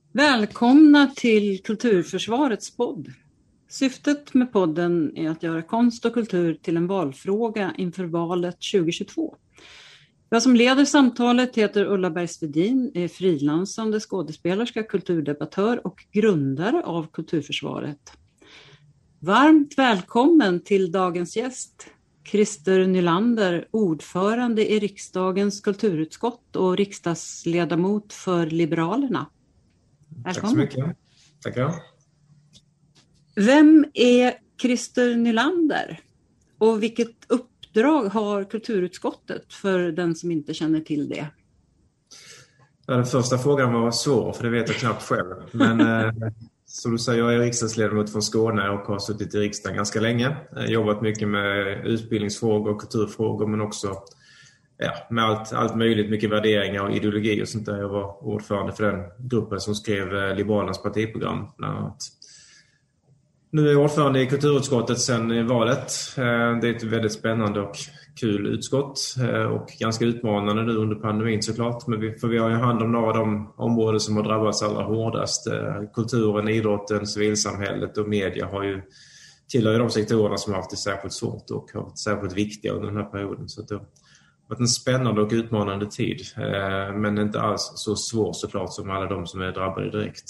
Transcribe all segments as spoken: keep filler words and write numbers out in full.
Välkomna till Kulturförsvarets podd. Syftet med podden är att göra konst och kultur till en valfråga inför valet tjugohundratjugotvå. Jag som leder samtalet heter Ulla Bergstedin, är frilansande skådespelerska, kulturdebattör och grundare av Kulturförsvaret. Varmt välkommen till dagens gäst, Christer Nylander, ordförande i riksdagens kulturutskott och riksdagsledamot för Liberalerna. Välkommen. Tack så mycket. Tackar. Vem är Christer Nylander och vilket uppdrag har kulturutskottet för den som inte känner till det? Ja, den första frågan var svår för det vet jag knappt själv. Men eh, som du säger, jag är riksdagsledamot från Skåne och har suttit i riksdagen ganska länge. Jag har jobbat mycket med utbildningsfrågor och kulturfrågor men också ja, med allt, allt möjligt, mycket värderingar och ideologi och sånt där. Jag var ordförande för den gruppen som skrev Liberalernas partiprogram bland annat. Nu är jag ordförande i kulturutskottet sedan valet. Det är ett väldigt spännande och kul utskott och ganska utmanande nu under pandemin såklart. Men vi, för vi har ju hand om några av de områden som har drabbats allra hårdast. Kulturen, idrotten, civilsamhället och media har ju tillhör de sektorerna som har haft det särskilt svårt och har varit särskilt viktiga under den här perioden. Så det har varit en spännande och utmanande tid. Men inte alls så svår såklart som alla de som är drabbade direkt.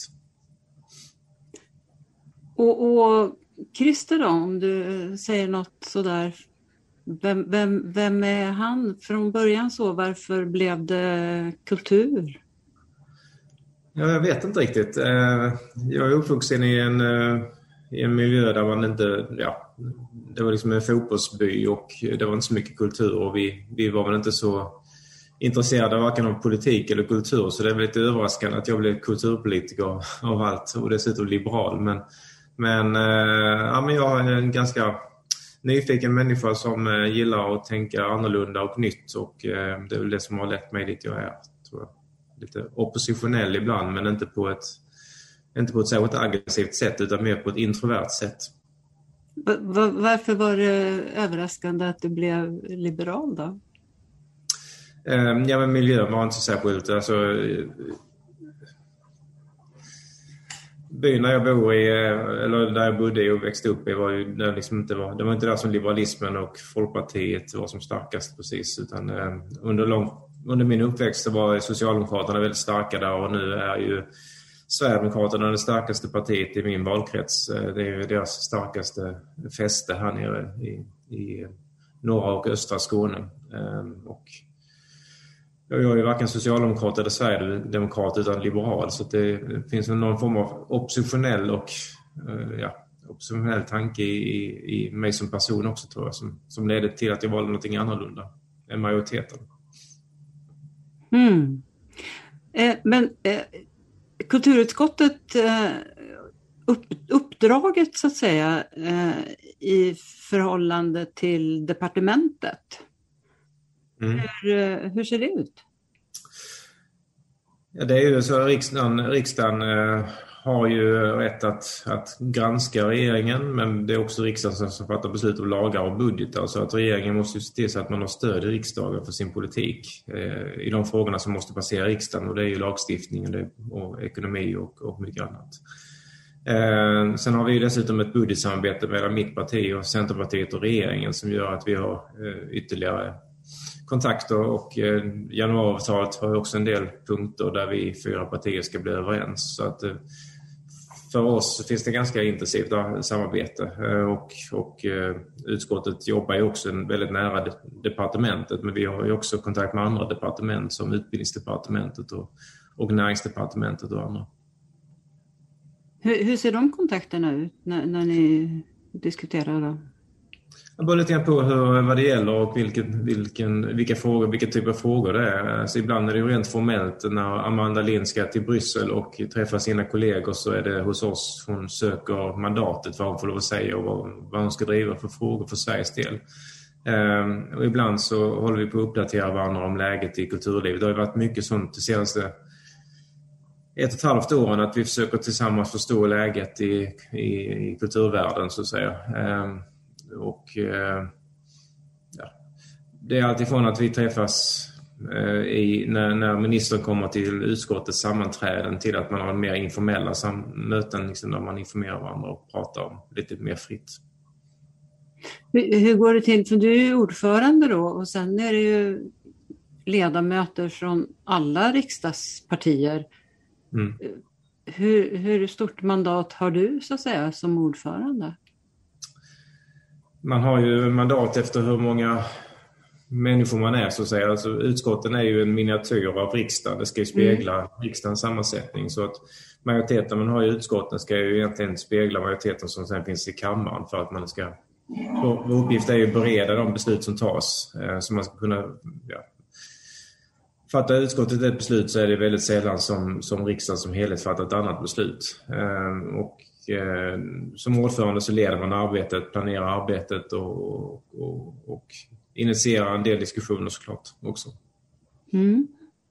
Och, och Christer då, om du säger något sådär, vem, vem, vem är han från början så? Varför blev det kultur? Ja, jag vet inte riktigt. Jag är uppvuxen i en, i en miljö där man inte, ja, det var liksom en fotbollsby och det var inte så mycket kultur och vi, vi var väl inte så intresserade av varken av politik eller kultur så det är väl lite överraskande att jag blev kulturpolitiker av allt och dessutom liberal. Men Men, eh, ja, men jag är en ganska nyfiken människa som eh, gillar att tänka annorlunda och nytt och eh, det är väl det som har lett mig dit jag är, tror jag. Lite oppositionell ibland men inte på ett, inte på ett särskilt aggressivt sätt utan mer på ett introvert sätt. Varför var det överraskande att du blev liberal då? Eh, ja men miljön var inte så särskilt, alltså byn där jag bor i, eller där jag bodde och växte upp i var ju där liksom inte var, det var inte där som liberalismen och Folkpartiet var som starkast precis utan eh, under, lång, under min uppväxt så var Socialdemokraterna väldigt starka där och nu är ju Sverigedemokraterna det starkaste partiet i min valkrets. Det är ju deras starkaste fäste här nere i, i norra och östra Skåne eh, och jag är ju varken socialdemokrat eller sverigedemokrat utan liberal så det finns någon form av oppositionell och ja, oppositionell tanke i, i mig som person också tror jag som, som ledde till att jag valde någonting annorlunda än majoriteten. Mm. Eh, men eh, kulturutskottet eh, upp, uppdraget så att säga eh, i förhållande till departementet. Mm. Hur, hur ser det ut? Ja, det är ju så att riksdagen, riksdagen eh, har ju rätt att, att granska regeringen men det är också riksdagen som, som fattar beslut om lagar och budgetar så att regeringen måste ju se till så att man har stöd i riksdagen för sin politik eh, i de frågorna som måste passera riksdagen och det är ju lagstiftningen det, och ekonomi och, och mycket annat. Eh, sen har vi ju dessutom ett budgetsamarbete mellan mitt parti och Centerpartiet och regeringen som gör att vi har eh, ytterligare kontakter och eh, januariavtalet har också en del punkter där vi fyra partier ska bli överens. Så att eh, för oss finns det ganska intensivt samarbete eh, och, och eh, utskottet jobbar ju också väldigt nära de, departementet men vi har ju också kontakt med andra departement som utbildningsdepartementet och, och näringsdepartementet och andra. Hur, hur ser de kontakterna ut när, när ni diskuterar då? Jag börjar lite grann på hur, vad det gäller och vilken, vilken, vilka frågor, vilken typ av frågor det är. Alltså ibland är det ju rent formellt när Amanda Lind ska till Bryssel och träffa sina kollegor så är det hos oss hon söker mandatet vad hon får lov att säga och vad, vad hon ska driva för frågor för Sveriges del. Ehm, och ibland så håller vi på att uppdatera varandra om läget i kulturlivet. Det har ju varit mycket sånt det senaste ett och ett halvt åren att vi försöker tillsammans förstå läget i, i, i kulturvärlden så att säga. Ehm, och eh, ja, det är alltifrån att vi träffas i, när, när ministern kommer till utskottets sammanträden till att man har mer informella sam- möten liksom, där man informerar varandra och pratar om lite mer fritt. Hur, hur går det till? För du är ju ordförande då och sen är det ju ledamöter från alla riksdagspartier. Mm. Hur, hur stort mandat har du så att säga som ordförande? Man har ju mandat efter hur många människor man är så att säga. Alltså, utskotten är ju en miniatyr av riksdagen. Det ska ju spegla mm. riksdagens sammansättning. Så att majoriteten man har i utskotten ska ju egentligen spegla majoriteten som sen finns i kammaren för att man ska... Vår uppgift är ju att bereda de beslut som tas. Så man ska kunna... Ja, fattar utskottet ett beslut så är det väldigt sällan som, som riksdagen som helhet fattar ett annat beslut. Och som ordförande så leder man arbetet, planerar arbetet och, och, och initierar en del diskussioner såklart också. Mm.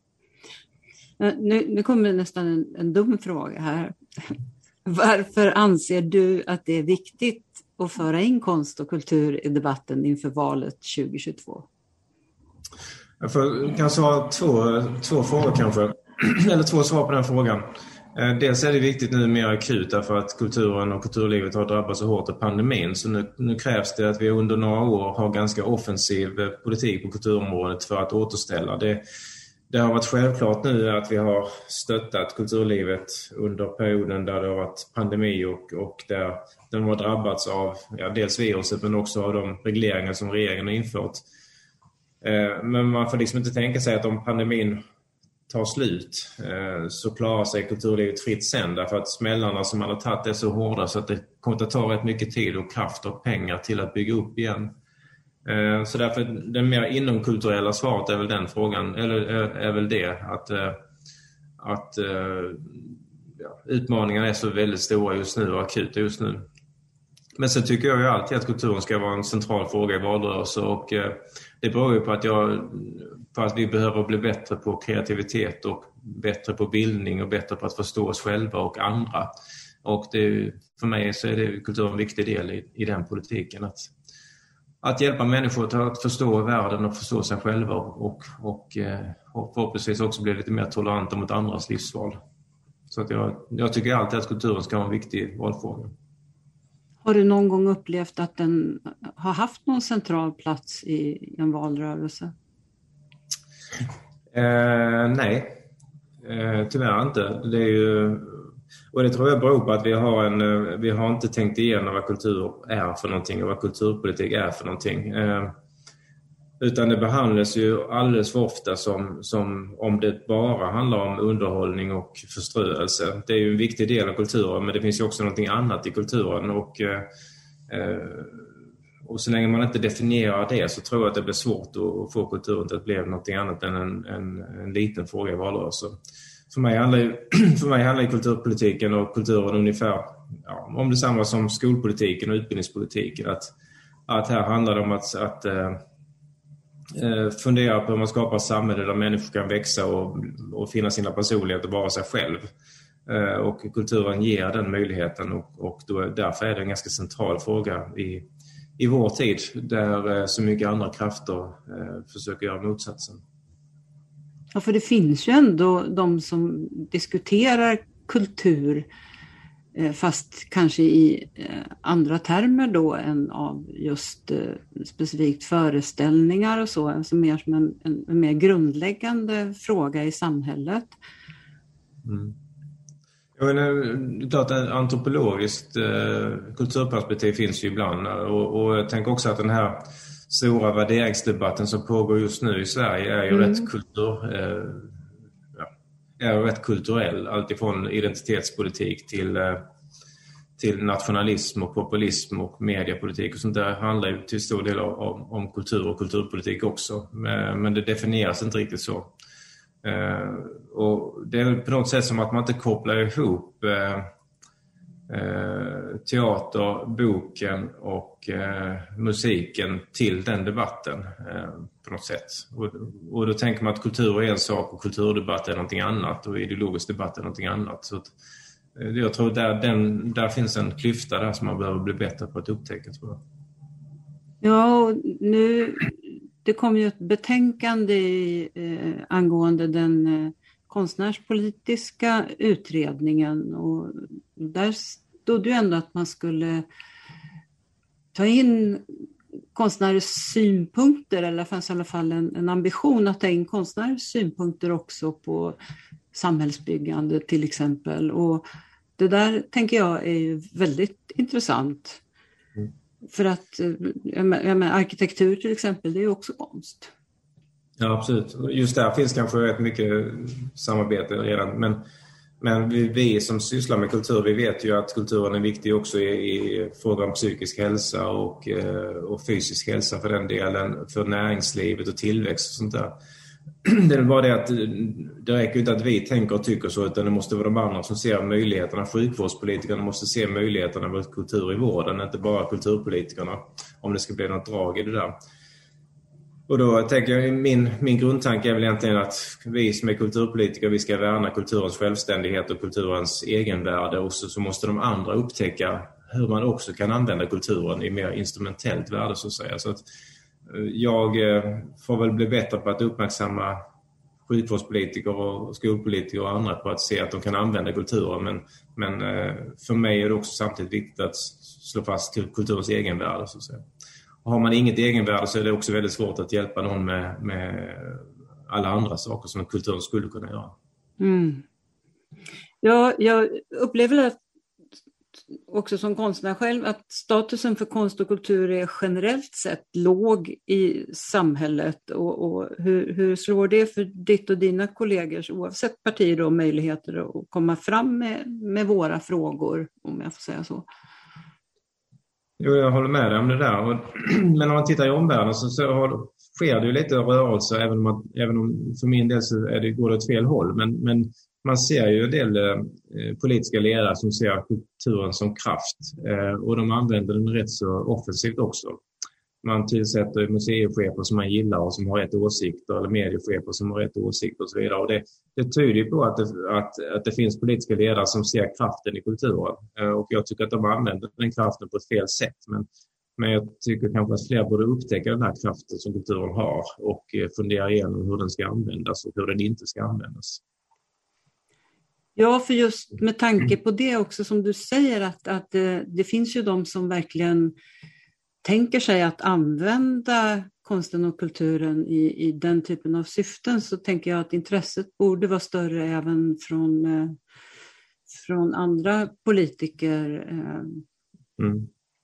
Nu, nu kommer nästan en, en dum fråga här. Varför anser du att det är viktigt att föra in konst och kultur i debatten inför valet tjugo tjugotvå? Jag får kanske ha två, två frågor kanske, eller två svar på den frågan. Dels är det viktigt nu mer akut därför att kulturen och kulturlivet har drabbats så hårt av pandemin. Så nu, nu krävs det att vi under några år har ganska offensiv politik på kulturområdet för att återställa. Det, det har varit självklart nu att vi har stöttat kulturlivet under perioden där det har varit pandemi och, och där den har drabbats av ja, dels viruset men också av de regleringar som regeringen har infört. Men man får liksom inte tänka sig att om pandemin tar slut så klarar sig kulturlivet fritt sen därför att smällarna som man har tagit är så hårda så att det kommer att ta rätt mycket tid och kraft och pengar till att bygga upp igen. Så därför den mer inomkulturella svaret är väl den frågan, eller är väl det att, att ja, utmaningarna är så väldigt stora just nu och akuta just nu. Men så tycker jag ju alltid att kulturen ska vara en central fråga i valrörelse och det beror ju på att, jag, på att vi behöver bli bättre på kreativitet och bättre på bildning och bättre på att förstå oss själva och andra. Och det, för mig så är det kulturen en viktig del i, i den politiken. Att, att hjälpa människor att förstå världen och förstå sig själva och, och, och, och förhoppningsvis också bli lite mer toleranta mot andras livsval. Så att jag, jag tycker alltid att kulturen ska vara en viktig valfråga. Har du någon gång upplevt att den har haft någon central plats i en valrörelse? Eh, nej, eh, tyvärr inte. Det är ju, och det tror jag beror på att vi har, en, vi har inte tänkt igenom vad kultur är för någonting och vad kulturpolitik är för någonting. Eh, utan det behandlas ju alldeles för ofta som, som om det bara handlar om underhållning och förströelse. Det är ju en viktig del av kulturen men det finns ju också någonting annat i kulturen och, eh, och så länge man inte definierar det så tror jag att det blir svårt att få kulturen till att bli någonting annat än en, en, en liten fråga i valrörelsen. För mig handlar ju, för mig handlar ju kulturpolitiken och kulturen ungefär ja, om detsamma som skolpolitiken och utbildningspolitiken. Att, att här handlar det om att, att fundera på hur man skapar ett samhälle där människor kan växa och, och finna sina personligheter och vara sig själv. Och kulturen ger den möjligheten och, och då, därför är det en ganska central fråga i, i vår tid där så mycket andra krafter eh, försöker göra motsatsen. Ja, för det finns ju ändå de som diskuterar kultur fast kanske i andra termer då än av just specifikt föreställningar och så, alltså mer som en, en, en mer grundläggande fråga i samhället. Mm. Jag menar, klart att antropologiskt eh, kulturperspektiv finns ju ibland och, och jag tänker också att den här stora värderingsdebatten som pågår just nu i Sverige är ju mm. rätt kultur eh, är rätt kulturell, alltifrån identitetspolitik till, till nationalism och populism och mediepolitik och sånt där handlar ju till stor del om, om kultur och kulturpolitik också. Men det definieras inte riktigt så. Och det är på något sätt som att man inte kopplar ihop teater, boken och eh, musiken till den debatten eh, på något sätt. Och, och då tänker man att kultur är en sak och kulturdebatt är någonting annat och ideologisk debatt är någonting annat. Så att, eh, jag tror där, den, där finns en klyfta där som man behöver bli bättre på att upptäcka, tror jag. Ja, nu, det kom ju ett betänkande i, eh, angående den eh, konstnärspolitiska utredningen, och där stod ju ändå att man skulle ta in konstnärers synpunkter, eller fanns i alla fall en, en ambition att ta in konstnärers synpunkter också på samhällsbyggande till exempel. Och det där tänker jag är ju väldigt intressant. Mm. För att jag menar, arkitektur till exempel, det är ju också konst. Ja, absolut. Just där finns kanske rätt mycket samarbete redan. Men, men vi, vi som sysslar med kultur, vi vet ju att kulturen är viktig också i, i fråga om psykisk hälsa och, och fysisk hälsa för den delen, för näringslivet och tillväxt och sånt där. Det är bara det att det räcker inte att vi tänker och tycker så, utan det måste vara de andra som ser möjligheterna. Sjukvårdspolitikerna måste se möjligheterna med kultur i vården, inte bara kulturpolitikerna, om det ska bli något drag i det där. Och då tänker jag, min, min grundtanke är väl egentligen att vi som är kulturpolitiker, vi ska värna kulturens självständighet och kulturens egenvärde, och så, så måste de andra upptäcka hur man också kan använda kulturen i mer instrumentellt värde, så att säga. Så att jag får väl bli bättre på att uppmärksamma sjukvårdspolitiker och skolpolitiker och andra på att se att de kan använda kulturen. Men, men för mig är det också samtidigt viktigt att slå fast kulturens egenvärde, så att säga. Och har man inget egenvärde så är det också väldigt svårt att hjälpa någon med, med alla andra saker som kulturen skulle kunna göra. Mm. Ja, jag upplever att också som konstnär själv att statusen för konst och kultur är generellt sett låg i samhället, och, och hur, hur slår det för ditt och dina kollegors, oavsett partier, då, möjligheter att komma fram med, med våra frågor, om jag får säga så? Jo, jag håller med dig om det där. Men om man tittar i omvärlden så, så har, sker det ju lite rörelse, även om, man, även om för min del så är det, går det åt fel håll. Men, men man ser ju en del eh, politiska ledare som ser kulturen som kraft. Eh, och de använder den rätt så offensivt också. Man tillsätter museichefer som man gillar och som har rätt åsikter, eller mediechefer som har rätt åsikter och så vidare. Och det, det tyder på att det, att, att det finns politiska ledare som ser kraften i kulturen. Eh, och jag tycker att de använder den kraften på ett fel sätt. Men, men jag tycker kanske att fler borde upptäcka den här kraften som kulturen har och eh, fundera igenom hur den ska användas och hur den inte ska användas. Ja, för just med tanke på det också som du säger, att, att det, det finns ju de som verkligen tänker sig att använda konsten och kulturen i, i den typen av syften, så tänker jag att intresset borde vara större även från, eh, från andra politiker. Eh. Mm.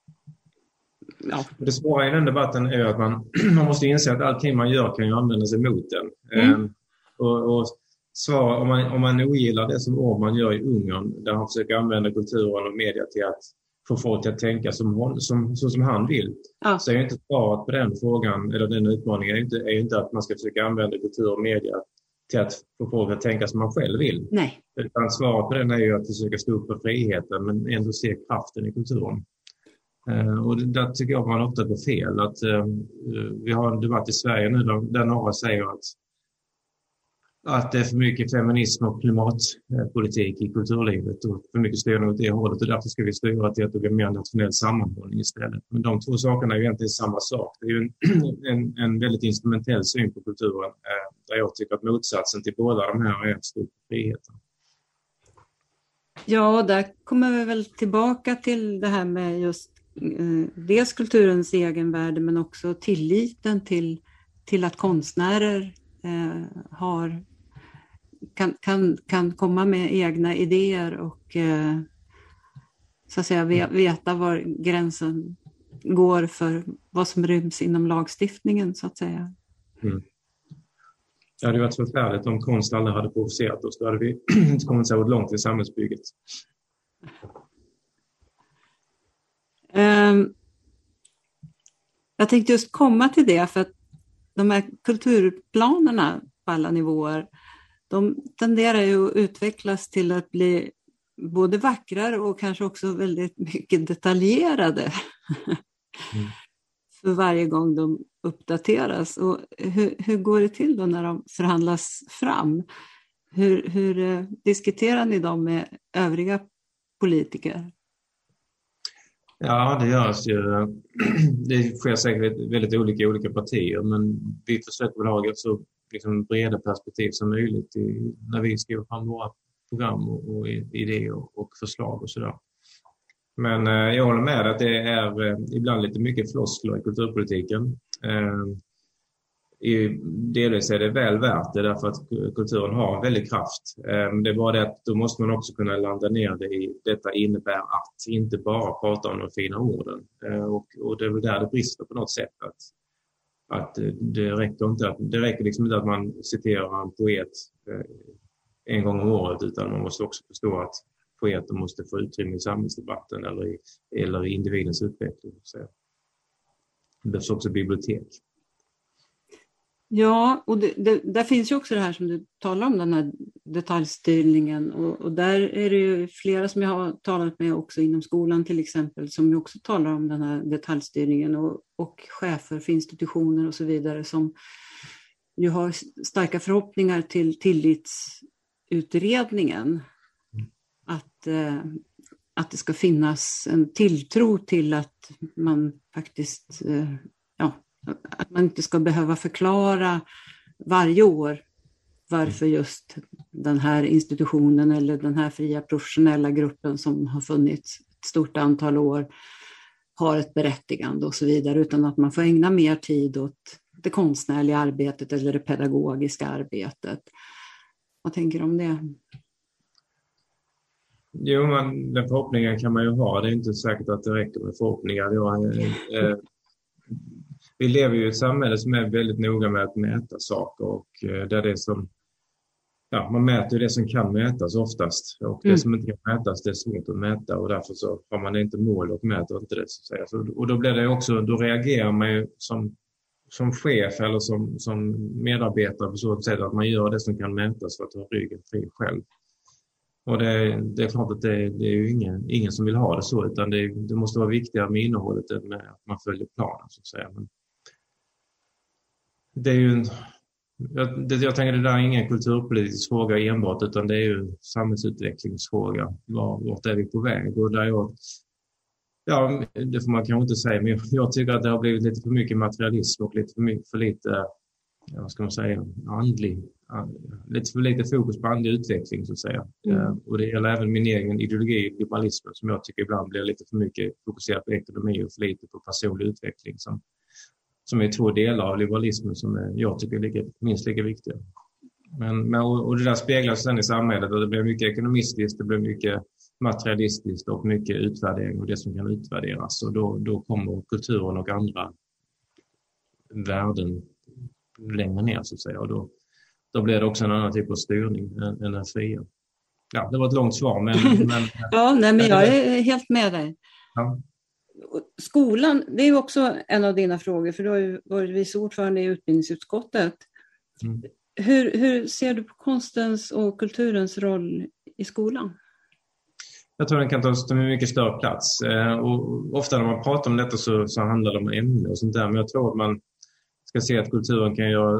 Ja. Det svåra i den debatten är att man, man måste inse att allting man gör kan ju användas emot den. Mm. Eh, och, och svar, om, man, om man ogillar det som Orban gör i Ungern, där han försöker använda kulturen och media till att få folk att tänka som, som, så som han vill. Ja. Så är inte svaret på den frågan, eller den utmaningen, är inte, är inte att man ska försöka använda kultur och media till att få folk att tänka som man själv vill. Nej. Utan svaret på den är ju att försöka stå upp för friheten, men ändå se kraften i kulturen. Uh, och det, där tycker jag man ofta går fel. Att, uh, vi har en debatt i Sverige nu där, där några säger att att det är för mycket feminism och klimatpolitik i kulturlivet och för mycket styrning åt det hållet, och därför ska vi styra till att det blir mer nationell sammanhållning istället. Men de två sakerna är ju egentligen samma sak. Det är ju en, en, en väldigt instrumentell syn på kulturen, eh, där jag tycker att motsatsen till båda de här är stor frihet. Ja, där kommer vi väl tillbaka till det här med just eh, dels kulturens egenvärde, men också tilliten till, till att konstnärer eh, har Kan, kan, kan komma med egna idéer och eh, så att säga veta var gränsen går för vad som ryms inom lagstiftningen, så att säga. Mm. Det hade varit förfärligt om konst aldrig hade provocerat oss. Då hade vi inte kommit så långt i samhällsbygget. Um, jag tänkte just komma till det, för att de här kulturplanerna på alla nivåer, de tenderar ju att utvecklas till att bli både vackrare och kanske också väldigt mycket detaljerade mm. för varje gång de uppdateras. Och hur, hur går det till då när de förhandlas fram? Hur, hur diskuterar ni dem med övriga politiker? Ja, det görs ju. Det sker säkert väldigt olika i olika partier, men vi försöker väl ha så liksom breda perspektiv som möjligt i, när vi skriver fram våra program och, och idéer och förslag och sådär. Men eh, jag håller med att det är eh, ibland lite mycket floskler i kulturpolitiken. Eh, i, delvis är det väl värt det därför att kulturen har en väldig kraft. Eh, det är bara det att då måste man också kunna landa ner det i detta innebär att inte bara prata om de fina orden. Eh, och, och det är väl där det brister på något sätt. Att, att det räcker inte att, det räcker liksom inte att man citerar en poet eh, en gång om året, utan man måste också förstå att poeter måste få utrymme i samhällsdebatten eller i, eller i individens utveckling. Så det behövs också bibliotek. Ja, och det, det, där finns ju också det här som du talar om, den här detaljstyrningen. Och, och där är det ju flera som jag har talat med också inom skolan till exempel, som ju också talar om den här detaljstyrningen och, och chefer för institutioner och så vidare som ju har starka förhoppningar till tillitsutredningen. Att, eh, att det ska finnas en tilltro till att man faktiskt, eh, ja, att man inte ska behöva förklara varje år varför just den här institutionen eller den här fria professionella gruppen som har funnits ett stort antal år har ett berättigande och så vidare, utan att man får ägna mer tid åt det konstnärliga arbetet eller det pedagogiska arbetet. Vad tänker du om det? Jo, men den förhoppningen kan man ju ha. Det är inte säkert att det räcker med förhoppningar. Jag, eh, vi lever ju i ett samhälle som är väldigt noga med att mäta saker. Och eh, där det som, ja, man mäter det som kan mätas oftast. Och mm. det som inte kan mätas, det är svårt att mäta. Och därför så har man inte mål och mäter inte det. Så att säga. Så, och då blir det också, då reagerar man ju som, som chef eller som, som medarbetare på så sätt att man gör det som kan mätas för att ha ryggen fri själv. Och det, det är klart att det, det är ju ingen, ingen som vill ha det så, utan det, det måste vara viktigare med innehållet än med att man följer planen, så att säga. Men det är ju en, jag, det, jag tänker det där är ingen kulturpolitisk fråga enbart, utan det är ju en samhällsutvecklingsfråga. Var, vart är vi på väg? Och där jag, ja, det får man kanske inte säga, men jag, jag tycker att det har blivit lite för mycket materialism och lite för, mycket, för lite, ja, vad ska man säga, andlig. Lite för lite fokus på andlig utveckling, så att säga. Mm. Uh, och det gäller även min egen ideologi, liberalismen, som jag tycker ibland blir lite för mycket fokuserat på ekonomi och för lite på personlig utveckling, som, som är två delar av liberalismen som är, jag tycker är lika, minst lika viktiga. Men, men, och, och det där speglas sen i samhället, och det blir mycket ekonomistiskt, det blir mycket materialistiskt och mycket utvärdering och det som kan utvärderas. Och då, då kommer kulturen och andra värden längre ner, så att säga. Och då Då blir det också en annan typ av styrning än, än den fria. Ja, det var ett långt svar. Men, men, ja, nej, men jag är helt med dig. Ja. Skolan, det är ju också en av dina frågor, för du har ju varit vice ordförande i utbildningsutskottet. Mm. Hur, hur ser du på konstens och kulturens roll i skolan? Jag tror den kan ta en mycket större plats. Och ofta när man pratar om detta så, så handlar det om ämne och sånt där. Men jag tror att man ska se att kulturen kan göra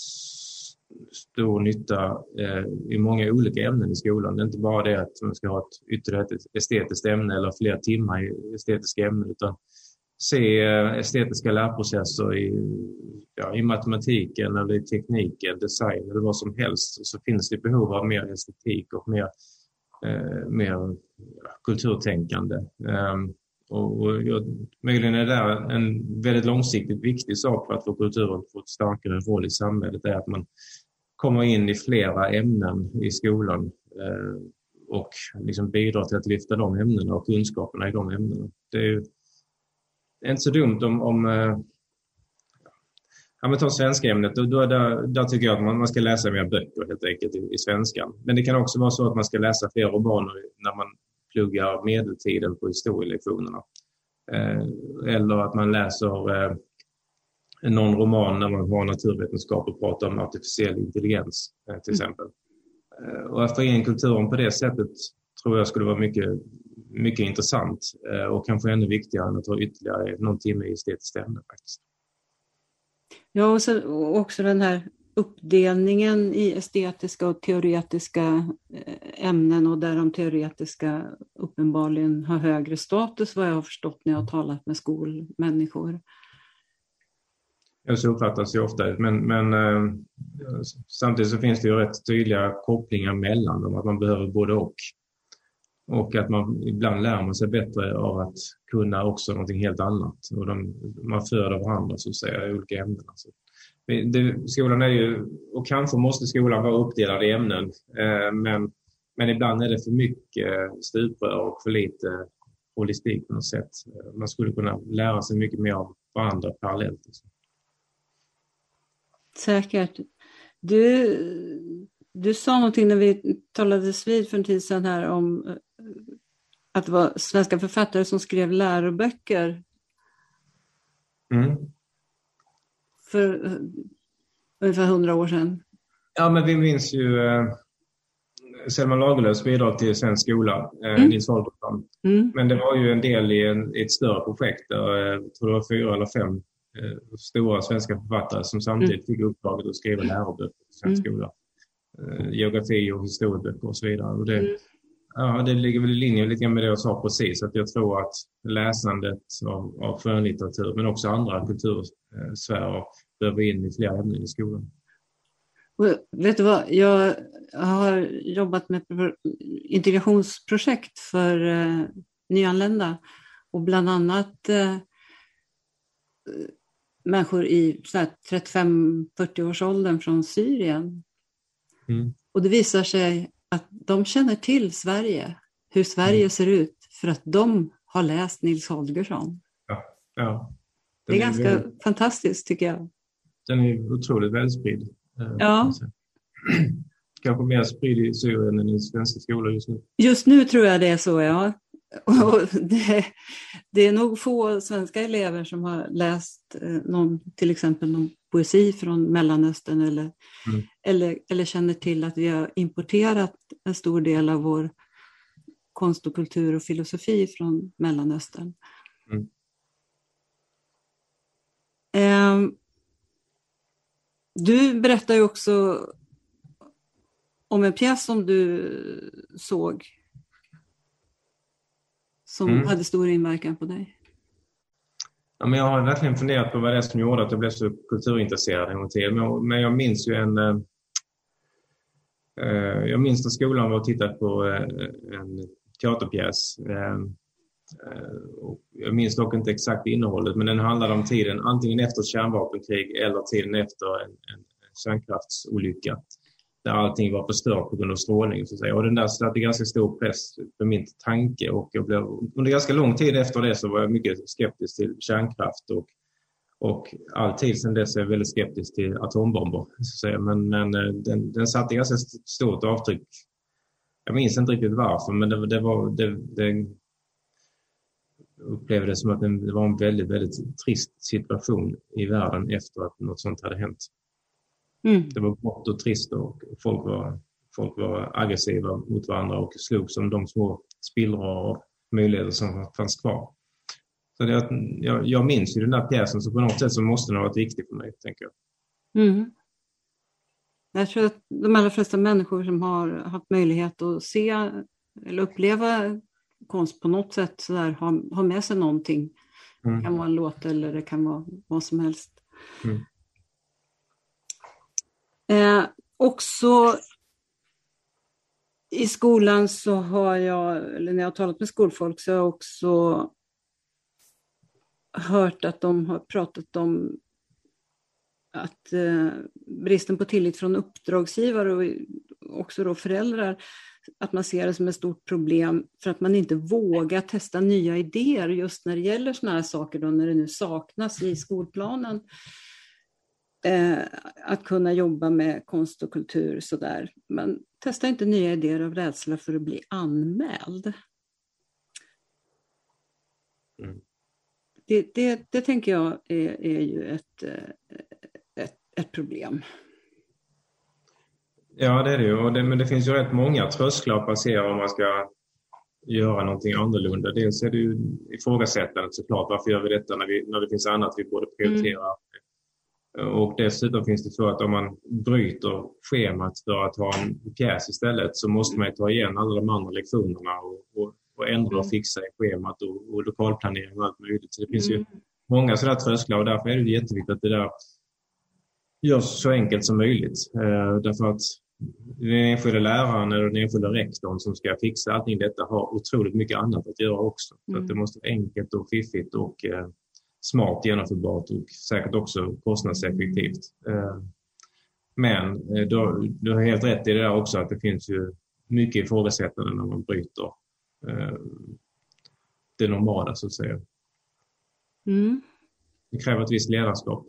stor nytta eh, i många olika ämnen i skolan. Det är inte bara det att man ska ha ett ytterligare estetiskt ämne eller fler timmar i estetiska ämnen, utan se eh, estetiska lärprocesser i, ja, i matematiken eller i tekniken, design eller vad som helst, så finns det behov av mer estetik och mer, eh, mer kulturtänkande. Um, och, och jag, möjligen är det där en väldigt långsiktigt viktig sak för att få kulturen att få ett starkare roll i samhället, är att man kommer in i flera ämnen i skolan eh, och liksom bidrar till att lyfta de ämnena och kunskaperna i de ämnena. Det är ju inte så dumt om, om eh, ja, men ta svenska ämnet, då, då där, där tycker jag att man, man ska läsa mer böcker helt enkelt i, i svenskan. Men det kan också vara så att man ska läsa fler romaner när man pluggar medeltiden på historielektionerna. Eh, eller att man läser eh, någon roman när man har naturvetenskap och pratar om artificiell intelligens eh, till exempel. Eh, och att få in kulturen på det sättet tror jag skulle vara mycket, mycket intressant eh, och kanske ännu viktigare än att ha ytterligare någon timme i estetiskt ämne faktiskt. Ja, och, så, och också den här uppdelningen i estetiska och teoretiska ämnen, och där de teoretiska uppenbarligen har högre status, vad jag har förstått när jag har talat med skolmänniskor. Ja, så uppfattas det ofta, men, men eh, samtidigt så finns det ju rätt tydliga kopplingar mellan dem, att man behöver både och. Och att man ibland lär man sig bättre av att kunna också någonting helt annat. Och de, man föder varandra så att säga i olika ämnen. Alltså. Det, skolan är ju, och kanske måste skolan vara uppdelad i ämnen, eh, men, men ibland är det för mycket stuprör och för lite holistik på något sätt. Man skulle kunna lära sig mycket mer av varandra parallellt. Liksom. Säkert. Du, du sa någonting när vi talades vid för en tid sedan här om att det var svenska författare som skrev läroböcker. Mm. För ungefär hundra år sedan. Ja, men vi minns ju eh, Selma Lagerlöfs bidrag till svensk skola, eh, mm. Nils Holgersson. Mm. Men det var ju en del i, en, i ett större projekt där eh, jag tror det var fyra eller fem eh, stora svenska författare som samtidigt mm. fick uppdraget att skriva läroböcker till svensk mm. skola. Eh, geografi och historieböcker och så vidare. Och det, mm. ja, det ligger väl i linje lite med det jag sa precis, att jag tror att läsandet av, av skönlitteratur men också andra kultursfärer behöver in i flera ämnen i skolan. Och vet du vad, jag har jobbat med integrationsprojekt för eh, nyanlända och bland annat eh, människor i trettiofem till fyrtio års åldern från Syrien. Mm. Och det visar sig att de känner till Sverige, hur Sverige mm. ser ut, för att de har läst Nils Holgersson. Ja, ja. Det är ganska är, fantastiskt tycker jag. Den är otroligt välspridd. Ja. Kanske mer spridd i Syrien än i svenska skolor just nu. Just nu tror jag det är så, ja. Och det, det är nog få svenska elever som har läst eh, någon, till exempel någon poesi från Mellanöstern eller, mm. eller, eller känner till att vi har importerat en stor del av vår konst och kultur och filosofi från Mellanöstern. Mm. Eh, du berättar ju också om en pjäs som du såg som mm. hade stor inverkan på dig. Ja, men jag har verkligen funderat på vad det är som gjorde att jag blev så kulturintresserad en gång till. Men, men jag minns ju en... Eh, jag minns när skolan var och tittat på eh, en teaterpjäs. Eh, och jag minns dock inte exakt innehållet, men den handlade om tiden antingen efter ett kärnvapenkrig eller tiden efter en, en kärnkraftsolycka. Där allting var förstört på grund av strålning. Så att säga. Och den där satte ganska stor press på min tanke. Och jag blev, under ganska lång tid efter det så var jag mycket skeptisk till kärnkraft. Och, och alltid sedan dess är jag väldigt skeptisk till atombomber. Så att säga. Men, men den, den satte ganska stort avtryck. Jag minns inte riktigt varför, men det, det var... Det, det upplevde det som att det var en väldigt, väldigt trist situation i världen efter att något sånt hade hänt. Mm. Det var gott och trist och folk var, folk var aggressiva mot varandra och slog som de små spillror och möjligheter som fanns kvar. Så det, jag, jag minns ju den där pjäsen, så på något sätt så måste den ha varit viktig för mig, tänker jag. Mm. Jag tror att de allra flesta människor som har haft möjlighet att se eller uppleva konst på något sätt så där, har, har med sig någonting. Mm. Det kan vara en låt eller det kan vara vad som helst. Mm. Eh, också i skolan så har jag, eller när jag har talat med skolfolk så har jag också hört att de har pratat om att eh, bristen på tillit från uppdragsgivare och också då föräldrar, att man ser det som ett stort problem för att man inte vågar testa nya idéer just när det gäller såna här saker då, när det nu saknas i skolplanen. Eh, att kunna jobba med konst och kultur sådär. Men testa inte nya idéer av rädsla för att bli anmäld. Mm. Det, det, det tänker jag är, är ju ett, ett, ett problem. Ja, det är det ju. Och det, men det finns ju rätt många trösklar att passera om man ska göra någonting annorlunda. Dels är det ju ifrågasättandet såklart. Varför gör vi detta när, vi, när det finns annat vi borde prioritera? Mm. Och dessutom finns det så att om man bryter schemat för att ha en pjäs istället så måste man ta igen alla de andra lektionerna och, och, och ändra och fixa i schemat och, och lokalplanering och allt möjligt. Så det finns mm. ju många sådana trösklar och därför är det jätteviktigt att det där görs så enkelt som möjligt. Eh, därför att den enskilda läraren eller den enskilda rektorn som ska fixa allting detta har otroligt mycket annat att göra också. Mm. Så att det måste vara enkelt och fiffigt och eh, smart genomförbart och säkert också kostnadseffektivt. Eh, men eh, du, du har helt rätt i det där också att det finns ju mycket ifrågasättande när man bryter eh, det normala så att säga. Mm. Det kräver ett visst ledarskap.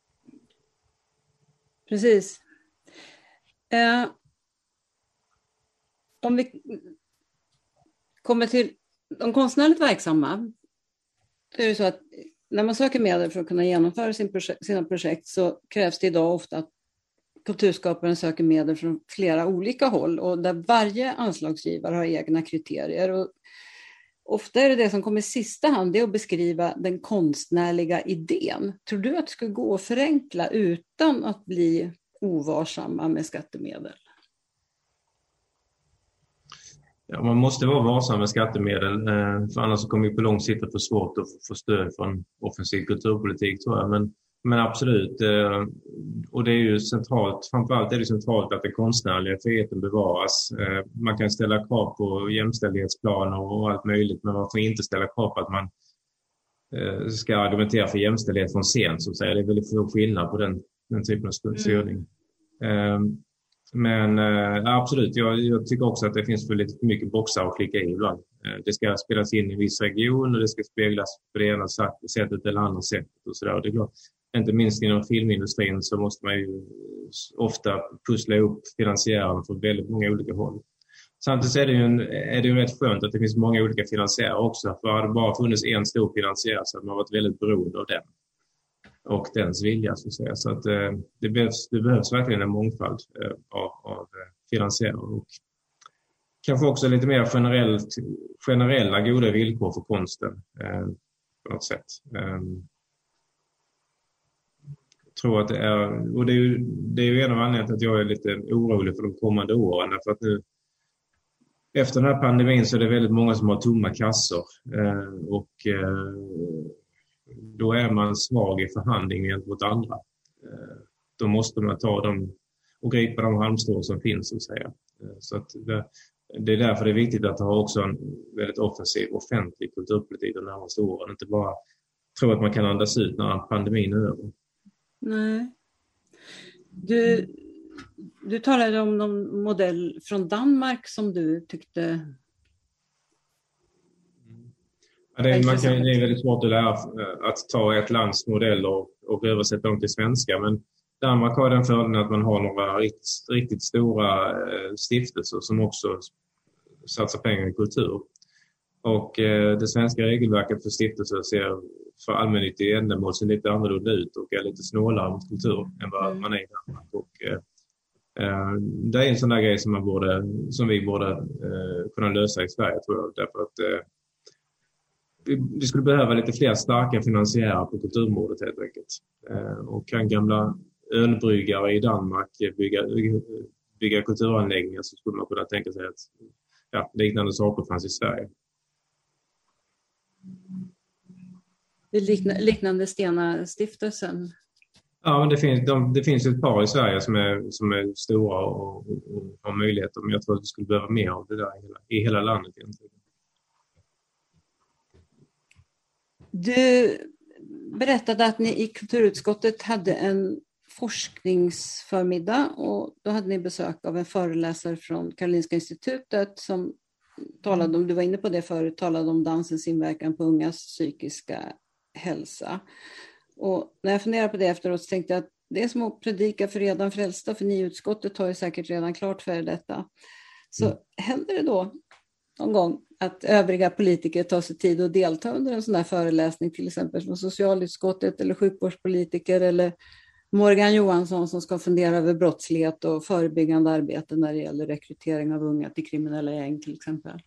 Precis. Eh, om vi kommer till de konstnärligt verksamma så är det så att när man söker medel för att kunna genomföra sin projek- sina projekt så krävs det idag ofta att kulturskaparen söker medel från flera olika håll och där varje anslagsgivare har egna kriterier. Och ofta är det det som kommer i sista hand, det är att beskriva den konstnärliga idén. Tror du att det skulle gå att förenkla utan att bli ovarsamma med skattemedel? Ja, man måste vara varsam med skattemedel, för annars kommer vi på lång sikt att få svårt att få stöd från offensiv kulturpolitik tror jag. Men, men absolut, och det är ju centralt, framförallt är det centralt att den konstnärliga friheten bevaras. Man kan ställa krav på jämställdhetsplaner och allt möjligt, men man får inte ställa krav på att man ska argumentera för jämställdhet från scen så att säga. Det är väldigt stor skillnad på den, den typen av styrning. Mm. Men äh, absolut, jag, jag tycker också att det finns för lite mycket boxar att klicka i ibland. Äh, det ska spelas in i en viss region och det ska speglas på det ena sättet eller andra sättet och sådär. Det är klart, inte minst inom filmindustrin så måste man ju ofta pussla upp finansiären från väldigt många olika håll. Samtidigt är det ju, en, är det ju rätt skönt att det finns många olika finansiärer också. För hade det bara funnits en stor finansiär så hade man varit väldigt beroende av den. Och dens vilja så att säga. Så att eh, det, behövs, det behövs verkligen en mångfald eh, av, av finansiärer och kanske också lite mer generellt, generella goda villkor för konsten eh, på något sätt. Eh, jag tror att det är, och det är ju, det är ju en av anledningarna till att jag är lite orolig för de kommande åren. Därför att nu, efter den här pandemin så är det väldigt många som har tomma kassor eh, och eh, då är man svag i förhandlingen gentemot andra. Då måste man ta dem och gripa de halmstrån som finns så att säga. Så att det, det är därför det är viktigt att ha också en väldigt offensiv offentlig kulturpolitik de närmaste åren. Inte bara tro att man kan andas ut när pandemin är över. Nej. Du, du talade om någon modell från Danmark som du tyckte... Ja, det, är, man kan, det är väldigt svårt att lära att ta ett lands modeller och, och översätta dem till svenska. Men Danmark har den fördelen att man har några riktigt, riktigt stora eh, stiftelser som också satsar pengar i kultur. Och eh, det svenska regelverket för stiftelser ser för allmännyttiga ändamål ser lite annorlunda ut och är lite snålare mot kultur än vad mm. man är i Danmark. Och, eh, det är en sån där grej som, man borde, som vi borde eh, kunna lösa i Sverige tror jag. Därför att eh, vi skulle behöva lite fler starka finansiärer på kulturområdet helt enkelt. Och kan gamla ölbryggare i Danmark bygga, bygga kulturanläggningar så skulle man kunna tänka sig att ja, liknande saker fanns i Sverige. Det likna, liknande Stena-stiftelsen? Ja, men det finns, de, det finns ett par i Sverige som är, som är stora och, och, och har möjligheter. Men jag tror att vi skulle behöva mer av det där i hela, i hela landet egentligen. Du berättade att ni i kulturutskottet hade en forskningsförmiddag och då hade ni besök av en föreläsare från Karolinska institutet som talade om, du var inne på det förut, talade om dansens inverkan på ungas psykiska hälsa. Och när jag funderade på det efteråt så tänkte jag att det är som att predika för redan frälsta, för ni i utskottet har ju säkert redan klart för detta. Så mm. händer det då någon gång att övriga politiker tar sig tid att delta under en sån här föreläsning, till exempel från socialutskottet eller sjukvårdspolitiker eller Morgan Johansson som ska fundera över brottslighet och förebyggande arbete när det gäller rekrytering av unga till kriminella gäng till exempel?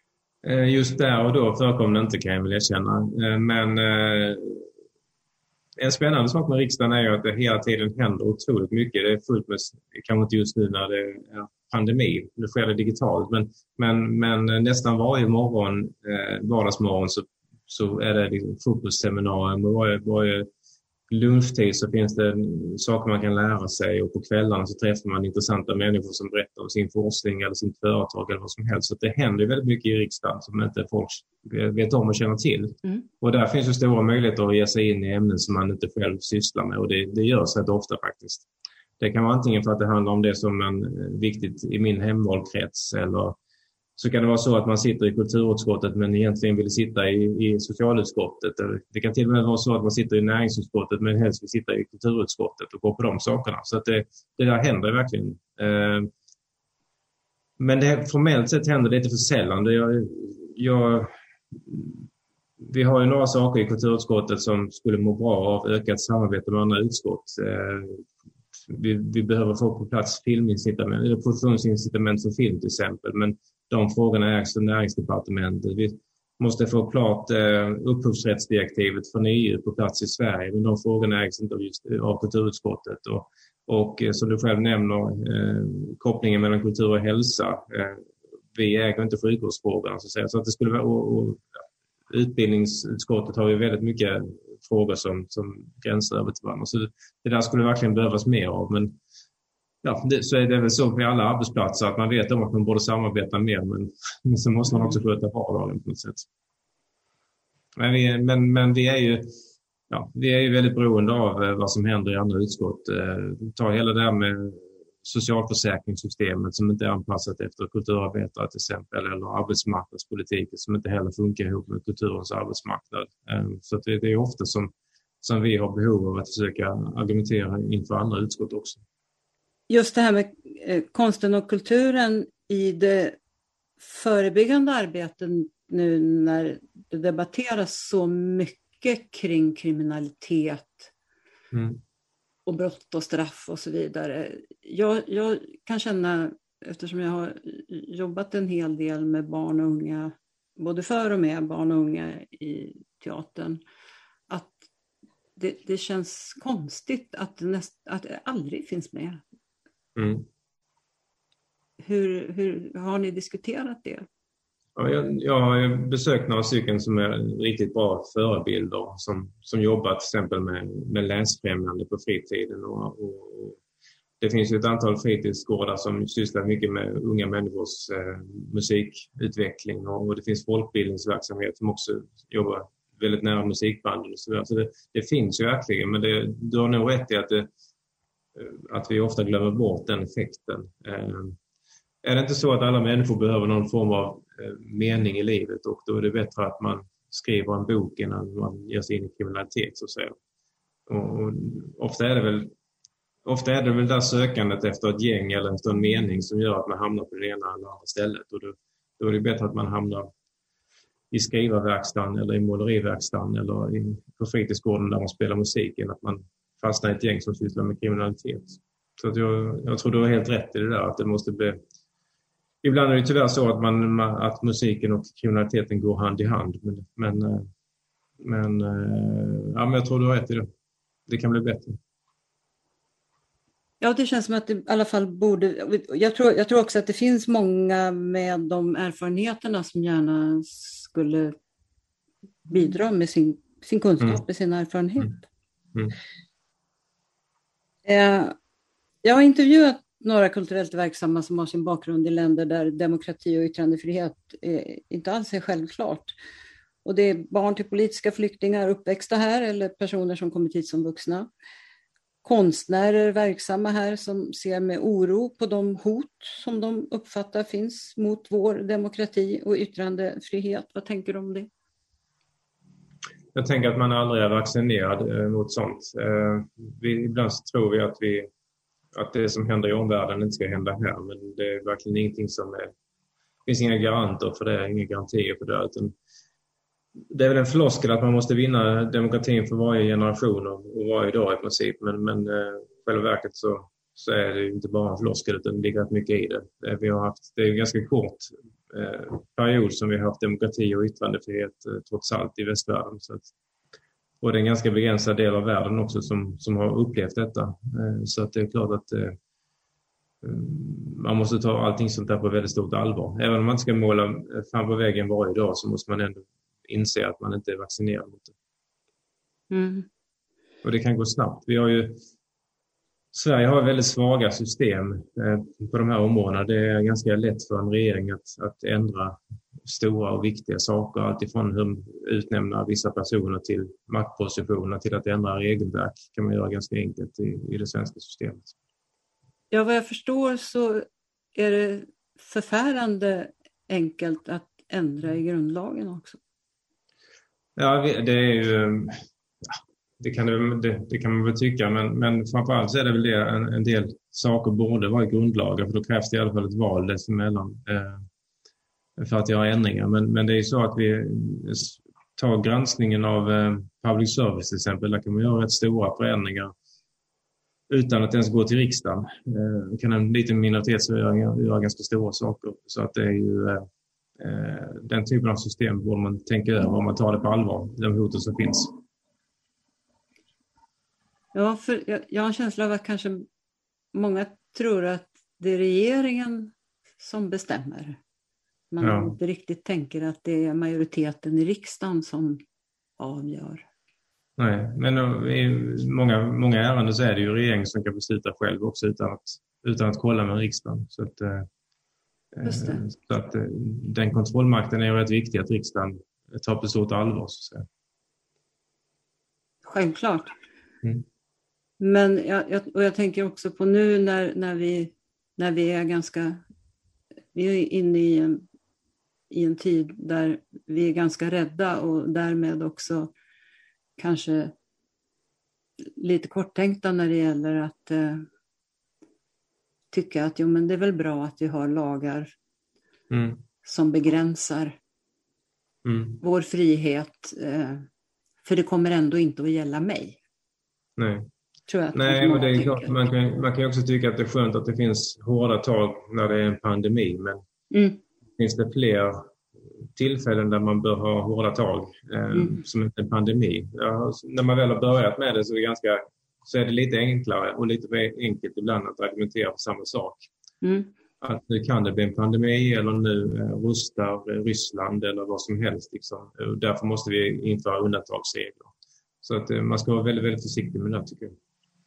Just där och då förekom det inte, kan jag väl erkänna. Men en spännande sak med riksdagen är ju att det hela tiden händer otroligt mycket. Det är fullt med, kanske inte just nu när det är pandemi, nu sker det digitalt, men, men, men nästan varje morgon, eh, vardagsmorgon så, så är det liksom fokusseminarium och varje, varje lunchtid så finns det saker man kan lära sig och på kvällarna så träffar man intressanta människor som berättar om sin forskning eller sitt företag eller vad som helst. Så det händer väldigt mycket i riksdagen som inte folk vet om och känner till. Mm. Och där finns ju stora möjligheter att ge sig in i ämnen som man inte själv sysslar med och det, det görs rätt ofta faktiskt. Det kan vara antingen för att det handlar om det som är viktigt i min hemvalkrets eller så kan det vara så att man sitter i kulturutskottet men egentligen vill sitta i, i socialutskottet. Det kan till och med vara så att man sitter i näringsutskottet men helst vill sitta i kulturutskottet och gå på de sakerna. Så att det, det där händer verkligen. Eh, men det, formellt sett händer det inte för sällan. Det, jag, jag, vi har ju några saker i kulturutskottet som skulle må bra av ökat samarbete med andra utskott. Eh, vi, vi behöver få på plats filmincitament, eller produktionsincitament för film till exempel, men de frågorna ägs av näringsdepartementet. Vi måste få klart eh, upphovsrättsdirektivet från E U på plats i Sverige. Men de frågorna ägs inte av, just, av kulturutskottet. Och, och eh, som du själv nämner, eh, kopplingen mellan kultur och hälsa. Eh, vi äger inte sjukvårdsfrågorna så att säga. Så att det skulle vara, och, och, utbildningsutskottet har ju väldigt mycket frågor som, som gränsar över till varandra. Så det, det där skulle verkligen behövas mer av. Men ja, det, så är det väl så på alla arbetsplatser att man vet om att man borde samarbeta mer men, men så måste man också sköta vardagen på något sätt. Men vi, men, men vi är ju ja, vi är ju väldigt beroende av eh, vad som händer i andra utskott. Eh, ta hela det här med socialförsäkringssystemet som inte är anpassat efter kulturarbetare till exempel eller arbetsmarknadspolitiken som inte heller funkar ihop med kulturens arbetsmarknad. Eh, så att det, det är ofta som, som vi har behov av att försöka argumentera inför andra utskott också. Just det här med eh, konsten och kulturen i det förebyggande arbetet nu när det debatteras så mycket kring kriminalitet mm. och brott och straff och så vidare. Jag, jag kan känna, eftersom jag har jobbat en hel del med barn och unga, både för och med barn och unga i teatern, att det, det känns konstigt att det, näst, att det aldrig finns med. Mm. Hur, hur har ni diskuterat det? Ja, jag, jag har besökt några stycken som är riktigt bra förebilder som, som jobbar till exempel med, med läsfrämjande på fritiden. Och, och det finns ju ett antal fritidsgårdar som sysslar mycket med unga människors eh, musikutveckling och, och det finns folkbildningsverksamhet som också jobbar väldigt nära musikbanden och så vidare. Så det, det finns ju verkligen, men det, du har nog rätt i att det att vi ofta glömmer bort den effekten. Eh, är det inte så att alla människor behöver någon form av eh, mening i livet och då är det bättre att man skriver en bok än att man ger sig in i kriminalitet så att säga. Och, och ofta är det väl ofta är det väl där sökandet efter ett gäng eller efter en mening som gör att man hamnar på det ena eller andra stället och då, då är det bättre att man hamnar i skrivarverkstan eller i måleriverkstan eller i, på fritidsgården där man spelar musik än att man fastna i ett gäng som sysslar med kriminalitet. Så att jag, jag tror du har helt rätt i det där att det måste bli... Ibland är det tyvärr så att, man, att musiken och kriminaliteten går hand i hand. Men, men, men, ja, men jag tror du har rätt i det. Det kan bli bättre. Ja, det känns som att det i alla fall borde... Jag tror, jag tror också att det finns många med de erfarenheterna som gärna skulle bidra med sin, sin kunskap, mm. med sin erfarenhet. Mm. Mm. Jag har intervjuat några kulturellt verksamma som har sin bakgrund i länder där demokrati och yttrandefrihet inte alls är självklart. Och det är barn till politiska flyktingar uppväxta här eller personer som kommit hit som vuxna. Konstnärer verksamma här som ser med oro på de hot som de uppfattar finns mot vår demokrati och yttrandefrihet. Vad tänker du om det? Jag tänker att man aldrig är vaccinerad eh, mot sånt. Eh, vi, ibland tror vi att, vi att det som händer i omvärlden inte ska hända här. Men det är verkligen ingenting som är... Det finns inga garanter för det, inga garantier för det. Utan det är väl en floskel att man måste vinna demokratin för varje generation och, och varje dag i princip. Men, men eh, själva verket så, så är det inte bara en floskel utan det ligger rätt mycket i det. Det, vi har haft, det är en ganska kort eh, period som vi har haft demokrati och yttrandefrihet eh, trots allt i västvärlden. Så att och det är en ganska begränsad del av världen också som, som har upplevt detta. Så att det är klart att man måste ta allting sånt där på väldigt stort allvar. Även om man inte ska måla fram på väggen varje dag så måste man ändå inse att man inte är vaccinerad mot det. Mm. Och det kan gå snabbt. Vi har ju, Sverige har väldigt svaga system på de här områdena. Det är ganska lätt för en regering att, att ändra stora och viktiga saker. Alltifrån hur utnämna vissa personer till maktpositioner till att ändra regelverk kan man göra ganska enkelt i, i det svenska systemet. Ja, vad jag förstår så är det förfärande enkelt att ändra i grundlagen också. Ja, det är ju... Det kan, det, det kan man väl tycka, men, men framförallt så är det väl det, en, en del saker borde vara i grundlagen, för då krävs det i alla fall ett val dessemellan eh, för att göra ändringar. Men, men det är ju så att vi tar granskningen av eh, public service till exempel, där kan man göra rätt stora förändringar utan att ens gå till riksdagen. Eh, kan en liten minoritetsregering göra ganska stora saker, så att det är ju eh, den typen av system borde man tänka över om man tar det på allvar, de hoten som finns. Ja, för jag, jag har en känsla av att kanske många tror att det är regeringen som bestämmer. Man ja. inte riktigt tänker att det är majoriteten i riksdagen som avgör. Nej, men i många, många ärenden så är det ju regeringen som kan besluta själv också utan att, utan att kolla med riksdagen. Så att, Just det. Så att den kontrollmakten är ju rätt viktig att riksdagen tar på stort allvar. Så att säga. Självklart. Mm. Men jag, jag, och jag tänker också på nu när, när, vi, när vi är ganska, vi är inne i en, i en tid där vi är ganska rädda och därmed också kanske lite korttänkta när det gäller att eh, tycka att jo, men det är väl bra att vi har lagar mm. som begränsar mm. vår frihet, eh, för det kommer ändå inte att gälla mig. Nej. Tror jag Nej, men det är klart, man kan, man kan också tycka att det är skönt att det finns hårda tag när det är en pandemi, men mm. finns det fler tillfällen där man bör ha hårda tag eh, mm. som inte en pandemi. Ja, när man väl har börjat med det så är det, ganska, så är det lite enklare och lite för enkelt ibland att argumentera för samma sak. Mm. Att nu kan det bli en pandemi eller nu eh, rustar Ryssland eller vad som helst. Liksom. Därför måste vi införa undantagsregler. Så att eh, man ska vara väldigt, väldigt försiktig med det, tycker jag.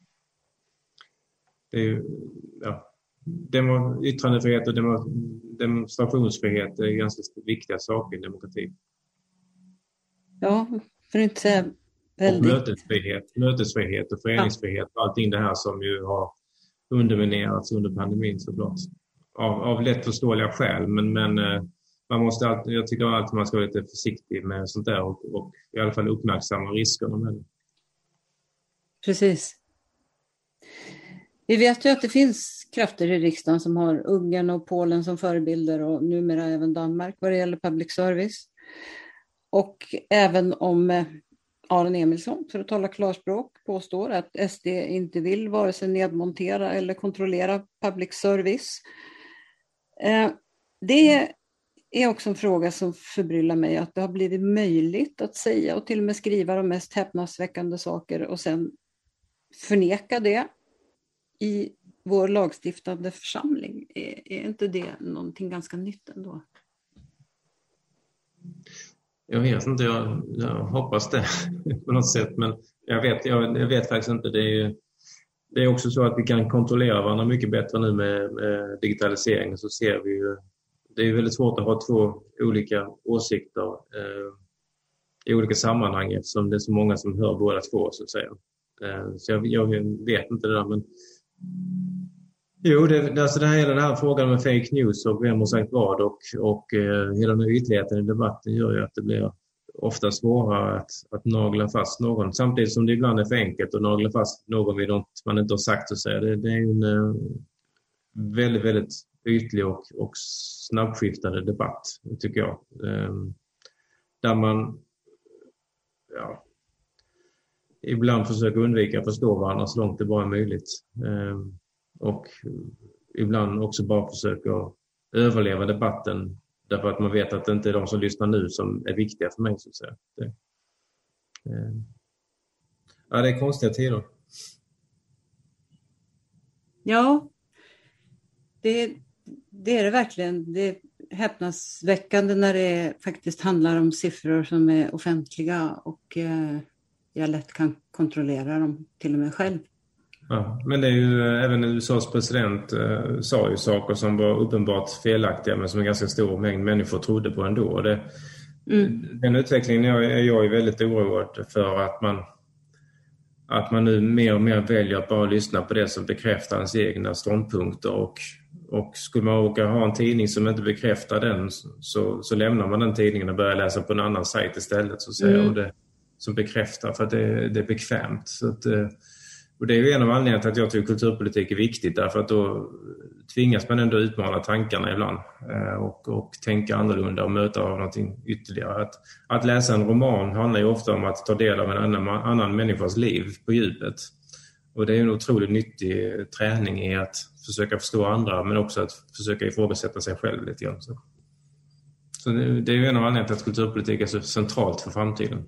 Det är ju, ja, demo, yttrandefrihet och demo, demonstrationsfrihet är ganska viktiga saker i demokrati. Ja, för att inte säga väldigt. Och mötesfrihet, mötesfrihet och föreningsfrihet och allting det här som ju har underminerats under pandemin såklart. Av, av lätt förståeliga skäl, men, men man måste alltid, jag tycker alltid man ska vara lite försiktig med sånt där och, och i alla fall uppmärksamma riskerna med det. Precis. Vi vet ju att det finns krafter i riksdagen som har Ungern och Polen som förebilder och numera även Danmark vad det gäller public service. Och även om Aron Emilsson, för att tala klarspråk, påstår att S D inte vill vare sig nedmontera eller kontrollera public service. Det är också en fråga som förbryllar mig, att det har blivit möjligt att säga och till och med skriva de mest häpnadsväckande saker och sen förneka det i vår lagstiftande församling. Är, är inte det någonting ganska nytt ändå? Jag vet inte, jag, jag hoppas det på något sätt, men jag vet, jag, jag vet faktiskt inte. Det är, ju, det är också så att vi kan kontrollera varandra mycket bättre nu med, med digitaliseringen, så ser vi ju, det är väldigt svårt att ha två olika åsikter eh, i olika sammanhang eftersom det är så många som hör båda två, så att säga. Eh, så jag, jag vet inte det där, men jo, det, alltså det här, hela den här frågan med fake news och vem har sagt vad och, och eh, hela den ytligheten i debatten gör ju att det blir ofta svårare att, att nagla fast någon, samtidigt som det ibland är för enkelt att nagla fast någon vid något man inte har sagt, så att säga. Det, det är ju en eh, väldigt, väldigt ytlig och, och snabbskiftande debatt, tycker jag. Eh, där man ja, ibland försöker undvika att förstå varandra så långt det bara är möjligt. Eh, och ibland också bara försöker överleva debatten därför att man vet att det inte är de som lyssnar nu som är viktiga för mig, så att säga. Det, eh, Ja, det är konstiga tider. Ja, det, det är det verkligen. Det är häpnadsväckande när det faktiskt handlar om siffror som är offentliga och eh, jag lätt kan kontrollera dem till och med själv. Ja, men det är ju, även U S A:s president eh, sa ju saker som var uppenbart felaktiga men som en ganska stor mängd människor trodde på ändå. Det, mm. Den utvecklingen är jag, jag är väldigt oroad för att man, att man nu mer och mer väljer att bara lyssna på det som bekräftar ens egna ståndpunkter och, och skulle man åka ha en tidning som inte bekräftar den så, så lämnar man den tidningen och börjar läsa på en annan sajt istället så att säga, mm. och det, som bekräftar för att det, det är bekvämt. Så att, och det är ju en av anledningarna till att jag tycker kulturpolitik är viktigt därför att då tvingas man ändå utmana tankarna ibland och, och tänka annorlunda och möta av någonting ytterligare. Att, att läsa en roman handlar ju ofta om att ta del av en annan, annan människas liv på djupet. Och det är en otroligt nyttig träning i att försöka förstå andra men också att försöka ifrågasätta sig själv lite grann. Så, så det, det är ju en av anledningarna till att kulturpolitik är så centralt för framtiden.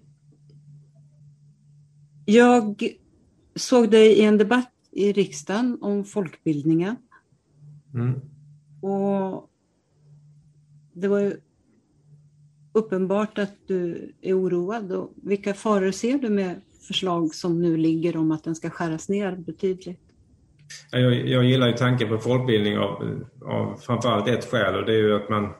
Jag såg dig i en debatt i riksdagen om folkbildningen. Mm. Och det var ju uppenbart att du är oroad. Och vilka faror ser du med förslag som nu ligger om att den ska skäras ner betydligt? Jag, jag gillar ju tanken på folkbildning av, av framförallt ett skäl och det är ju att man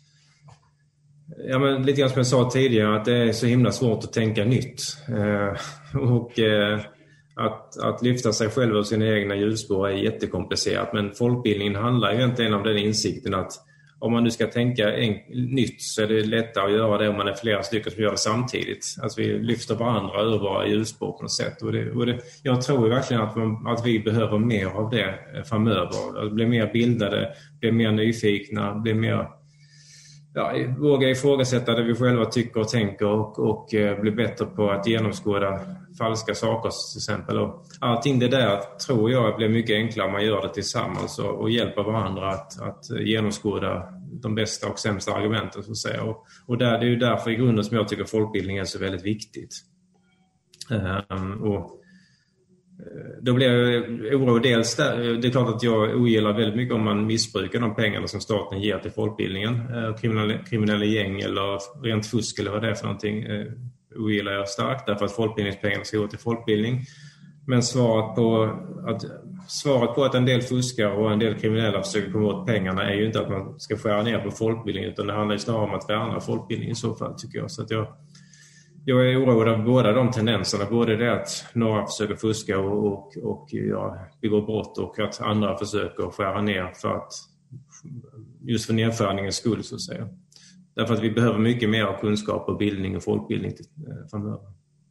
ja, men lite grann som jag sa tidigare att det är så himla svårt att tänka nytt eh, och eh, Att, att lyfta sig själv och sina egna hjulspår är jättekomplicerat. Men folkbildningen handlar ju egentligen om den insikten att om man nu ska tänka en, nytt så är det lättare att göra det om man är flera stycken som gör det samtidigt. Alltså vi lyfter varandra ur våra hjulspår på något sätt. Och det, och det, jag tror ju verkligen att, man, att vi behöver mer av det framöver. Att bli mer bildade, bli mer nyfikna, bli mer... Ja, våga ifrågasätta det vi själva tycker och tänker och, och eh, bli bättre på att genomskåda falska saker till exempel. Och allting det där tror jag blir mycket enklare om man gör det tillsammans och, och hjälper varandra att, att genomskåda de bästa och sämsta argumenten så att säga. Och, och där, det är ju därför i grunden som jag tycker folkbildning är så väldigt viktigt. Um, och då blir jag orolig dels där. Det är klart att jag ogillar väldigt mycket om man missbrukar de pengarna som staten ger till folkbildningen. Kriminella, kriminella gäng eller rent fusk eller vad det är för någonting ogillar jag starkt därför att folkbildningspengarna ska gå till folkbildning. Men svaret på att, svaret på att en del fuskar och en del kriminella försöker komma åt pengarna är ju inte att man ska skära ner på folkbildning utan det handlar ju snarare om att värna folkbildning i så fall tycker jag. Så att jag Jag är oroad av båda de tendenserna. Både det att några försöker fuska och, och, och ja, begå brott och att andra försöker skära ner för att just för nedskärningens skull så att säga. Därför att vi behöver mycket mer kunskap och bildning och folkbildning till, eh, framöver.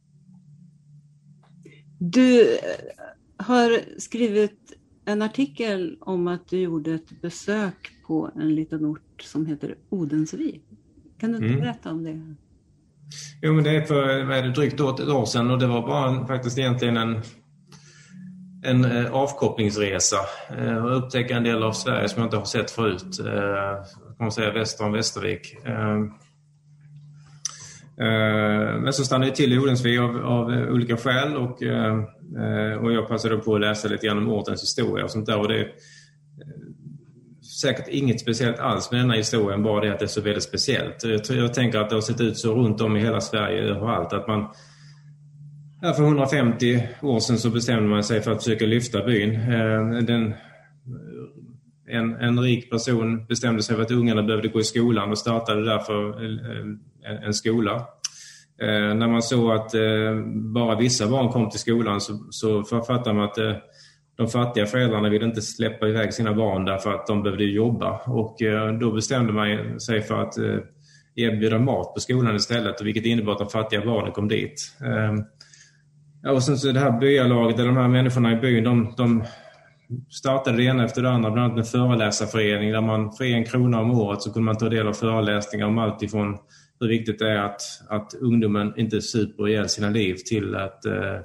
Du har skrivit en artikel om att du gjorde ett besök på en liten ort som heter Odensvik. Kan du inte mm. berätta om det? Jo, men det är för vad är det, drygt ett år sedan och det var bara faktiskt egentligen en, en eh, avkopplingsresa eh, och upptäcka en del av Sverige som jag inte har sett förut. Eh, kan man säga väster om Västervik. Eh, eh, men så stannade jag till i Odensvik av, av olika skäl och, eh, och jag passade på att läsa lite grann om ortens historia och sånt där och det är säkert inget speciellt alls med denna historien, bara det att det är så väldigt speciellt. Jag, tror, jag tänker att det har sett ut så runt om i hela Sverige överallt att man ja, för hundrafemtio år sedan så bestämde man sig för att försöka lyfta byn. Den, en, en rik person bestämde sig för att ungarna behövde gå i skolan och startade därför en, en skola. När man såg att bara vissa barn kom till skolan så, så författade man att de fattiga föräldrarna ville inte släppa iväg sina barn därför att de behövde jobba. Och eh, då bestämde man sig för att eh, erbjuda mat på skolan istället. Vilket innebar att de fattiga barnen kom dit. Eh, ja, och sen så det här byalaget, eller de här människorna i byn, de, de startade det ena efter det andra. Bland annat en föreläsarförening där man för en krona om året så kunde man ta del av föreläsningar om allt ifrån hur viktigt det är att, att ungdomen inte super ihjäl sina liv till att... Eh,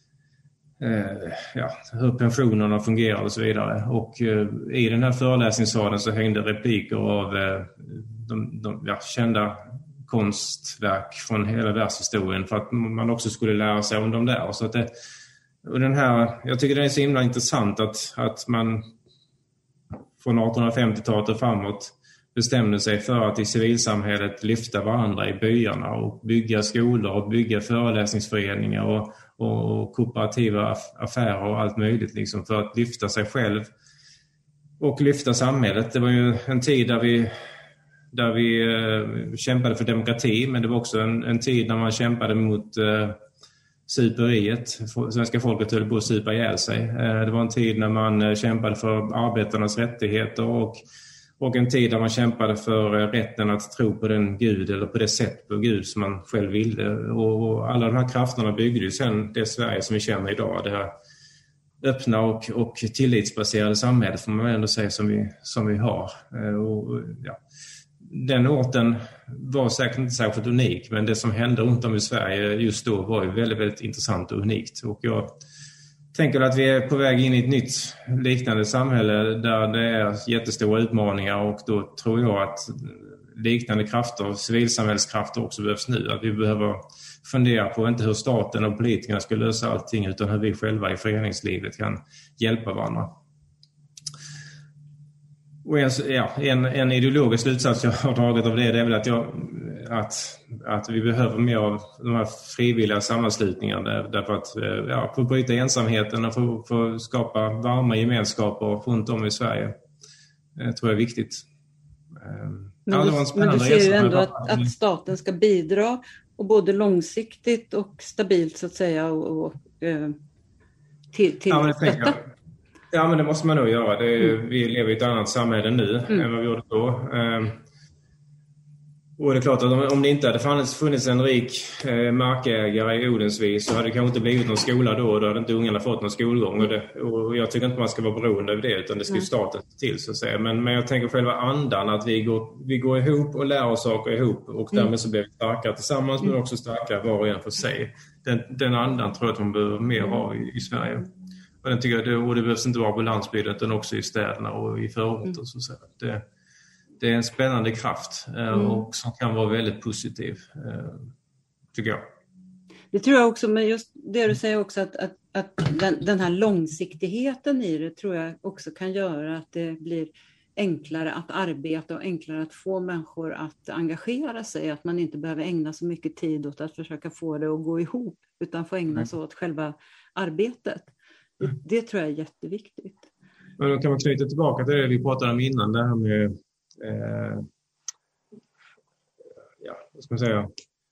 ja, hur pensionerna fungerar och så vidare. Och uh, i den här föreläsningssalen så hängde repliker av uh, de, de ja, kända konstverk från hela världshistorien för att man också skulle lära sig om dem där. Så att det, och den här, jag tycker det är så himla intressant att, att man från artonhundrafemtiotalet och framåt bestämde sig för att i civilsamhället lyfta varandra i byarna och bygga skolor och bygga föreläsningsföreningar och, och kooperativa affärer och allt möjligt liksom för att lyfta sig själv och lyfta samhället. Det var ju en tid där vi, där vi eh, kämpade för demokrati, men det var också en, en tid när man kämpade mot eh, superiet. Svenska folket höll på att supa ihjäl sig. Eh, det var en tid när man eh, kämpade för arbetarnas rättigheter och Och en tid där man kämpade för rätten att tro på den Gud eller på det sätt på Gud som man själv ville. Och alla de här krafterna byggde ju sen det Sverige som vi känner idag. Det här öppna och, och tillitsbaserade samhället får man ändå säga som vi, som vi har. Och, ja. Den orten var säkert inte särskilt unik, men det som hände runt om i Sverige just då var ju väldigt, väldigt intressant och unikt. Och jag tänker att vi är på väg in i ett nytt liknande samhälle där det är jättestora utmaningar, och då tror jag att liknande krafter, civilsamhällskrafter också behövs nu. Att vi behöver fundera på inte hur staten och politikerna ska lösa allting utan hur vi själva i föreningslivet kan hjälpa varandra. Och en, ja, en, en ideologisk slutsats jag har dragit av det, det är väl att, jag, att, att vi behöver mer av de här frivilliga sammanslutningarna där, därför att ja, få bryta ensamheten och få, få skapa varma gemenskaper runt om i Sverige. Det tror jag är viktigt. Men, ja, du, men du ser ju ändå att, att staten ska bidra och både långsiktigt och stabilt så att säga och, och, till, till ja, detta. Ja, men det måste man nog göra. Det är, mm. Vi lever i ett annat samhälle nu mm. än vad vi gjorde då. Um, och det är klart att om, om det inte hade funnits, funnits en rik eh, markägare i Odensvis så hade det kanske inte blivit någon skola då. Då hade inte ungarna fått någon skolgång. Och, det, och jag tycker inte man ska vara beroende av det, utan det ska ju staten till så att säga. Men, men jag tänker själva andan att vi går, vi går ihop och lär oss saker ihop. Och därmed mm. så blir vi starkare tillsammans mm. men också starkare var och en för sig. Den, den andan tror jag att man behöver mer ha i, i Sverige. Och den tycker jag det, och det behövs inte vara på landsbygden utan också i städerna och i förorter. Mm. Så, så det, det är en spännande kraft mm. och som kan vara väldigt positiv, tycker jag. Det tror jag också, men just det du säger också att, att, att den, den här långsiktigheten i det tror jag också kan göra att det blir enklare att arbeta och enklare att få människor att engagera sig. Att man inte behöver ägna så mycket tid åt att försöka få det att gå ihop utan få ägna sig åt själva arbetet. Det, det tror jag är jätteviktigt. Men då kan man knyta tillbaka till det vi pratade om innan, det här med eh, ja, vad ska man säga,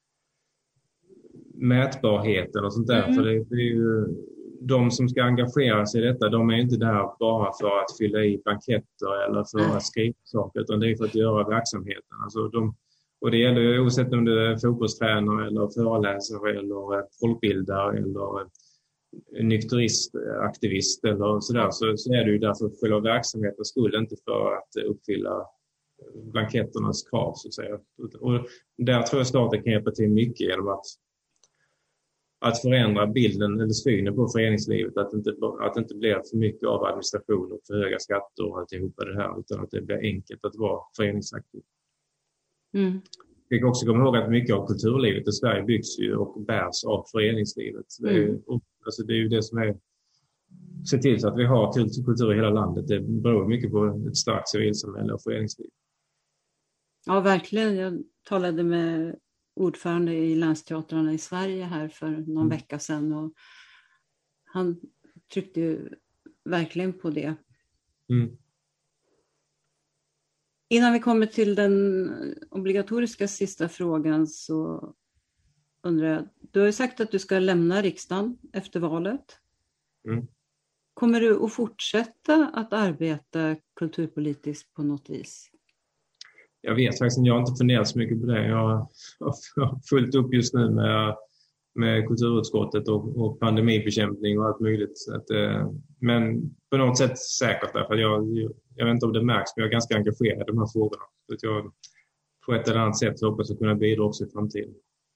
mätbarheten och sånt där. Mm. För det, det är ju de som ska engagera sig i detta, de är inte där bara för att fylla i blanketter eller för mm. att skriva saker, utan det är för att göra verksamheten. Alltså de, och det gäller ju oavsett om det är fotbollstränare eller föreläsare eller folkbildare eller nykterist, aktivist eller sådär, så, så är det ju därför själva verksamheten skulle inte för att uppfylla blanketternas krav så att säga. Och där tror jag staten kan hjälpa till mycket genom att att förändra bilden eller synen på föreningslivet, att inte, att det inte blir för mycket av administration och för höga skatter och alltihopa det här, utan att det blir enkelt att vara föreningsaktiv. Mm. Vi kan också komma ihåg att mycket av kulturlivet i Sverige byggs ju och bärs av föreningslivet. Det är ju, alltså det är ju det som är se till så att vi har kultur i hela landet. Det beror mycket på ett starkt civilsamhälle och föreningsliv. Ja, verkligen. Jag talade med ordförande i länsteatrarna i Sverige här för någon mm. vecka sedan och han tryckte ju verkligen på det. Mm. Innan vi kommer till den obligatoriska sista frågan så undrar jag, du har ju sagt att du ska lämna riksdagen efter valet. Mm. Kommer du att fortsätta att arbeta kulturpolitiskt på något vis? Jag vet faktiskt inte, jag har inte funderat så mycket på det. Jag har fullt upp just nu med, med kulturutskottet och, och pandemibekämpning och allt möjligt. Så att, men på något sätt säkert därför att jag, jag vet inte om det märks, men jag är ganska engagerad i de här frågorna. Så att jag på ett eller annat sätt hoppas att kunna bidra också i framtiden.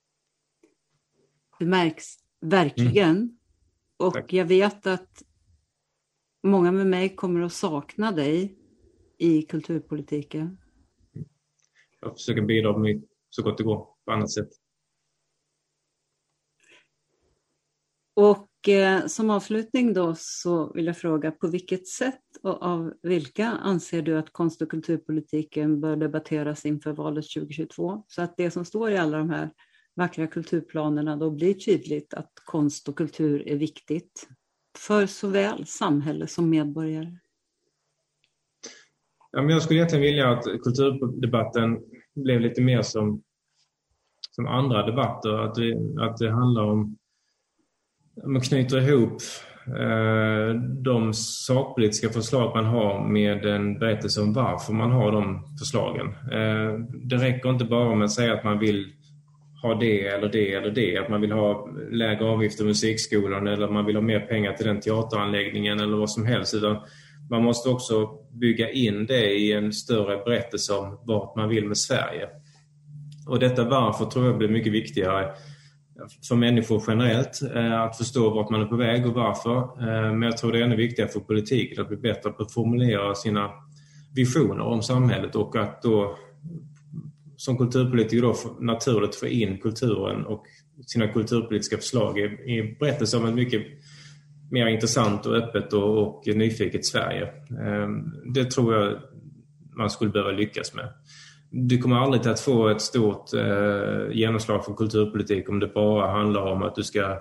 Det märks verkligen. Mm. Och Tack. Jag vet att många med mig kommer att sakna dig i kulturpolitiken. Jag försöker bidra med så gott det går. på annat sätt. Och eh, som avslutning då så vill jag fråga, på vilket sätt och av vilka anser du att konst- och kulturpolitiken bör debatteras inför valet tjugo tjugotvå? Så att det som står i alla de här vackra kulturplanerna då blir tydligt att konst och kultur är viktigt för såväl samhälle som medborgare. Ja, men jag skulle egentligen vilja att kulturdebatten blev lite mer som, som andra debatter. Att det, att det handlar om man knyter ihop eh, de sakpolitiska förslag man har med en berättelse om varför man har de förslagen. Eh, det räcker inte bara med att säga att man vill ha det eller det eller det. Att man vill ha lägre avgifter i musikskolan eller man vill ha mer pengar till den teateranläggningen eller vad som helst. Utan man måste också bygga in det i en större berättelse om vad man vill med Sverige. Och detta varför tror jag blir mycket viktigare för människor generellt, att förstå vart man är på väg och varför. Men jag tror det är ännu viktigare för politiken att bli bättre på att formulera sina visioner om samhället och att då som kulturpolitiker då naturligt få in kulturen och sina kulturpolitiska förslag i, i berättelse om ett mycket mer intressant och öppet och, och nyfiket Sverige. Det tror jag man skulle behöva lyckas med. Du kommer aldrig till att få ett stort eh, genomslag för kulturpolitik om det bara handlar om att du ska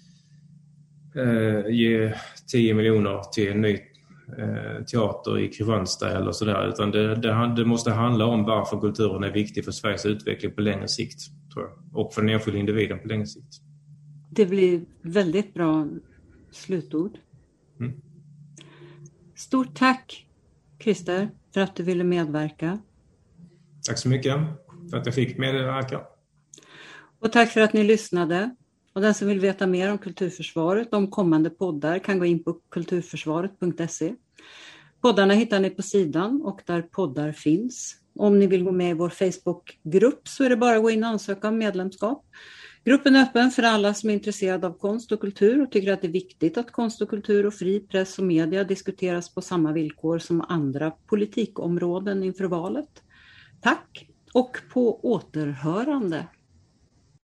eh, ge tio miljoner till en ny eh, teater i Kristianstad eller sådär. Utan det, det, det måste handla om varför kulturen är viktig för Sveriges utveckling på längre sikt, tror jag. Och för den enskilda individen på längre sikt. Det blir väldigt bra slutord. Mm. Stort tack, Christer, för att du ville medverka. Tack så mycket för att jag fick medverka. Och tack för att ni lyssnade. Och den som vill veta mer om Kulturförsvaret, om kommande poddar, kan gå in på kulturförsvaret punkt se. Poddarna hittar ni på sidan och där poddar finns. Om ni vill gå med i vår Facebookgrupp så är det bara att gå in och ansöka om medlemskap. Gruppen är öppen för alla som är intresserade av konst och kultur och tycker att det är viktigt att konst och kultur och fri press och media diskuteras på samma villkor som andra politikområden inför valet. Tack och på återhörande.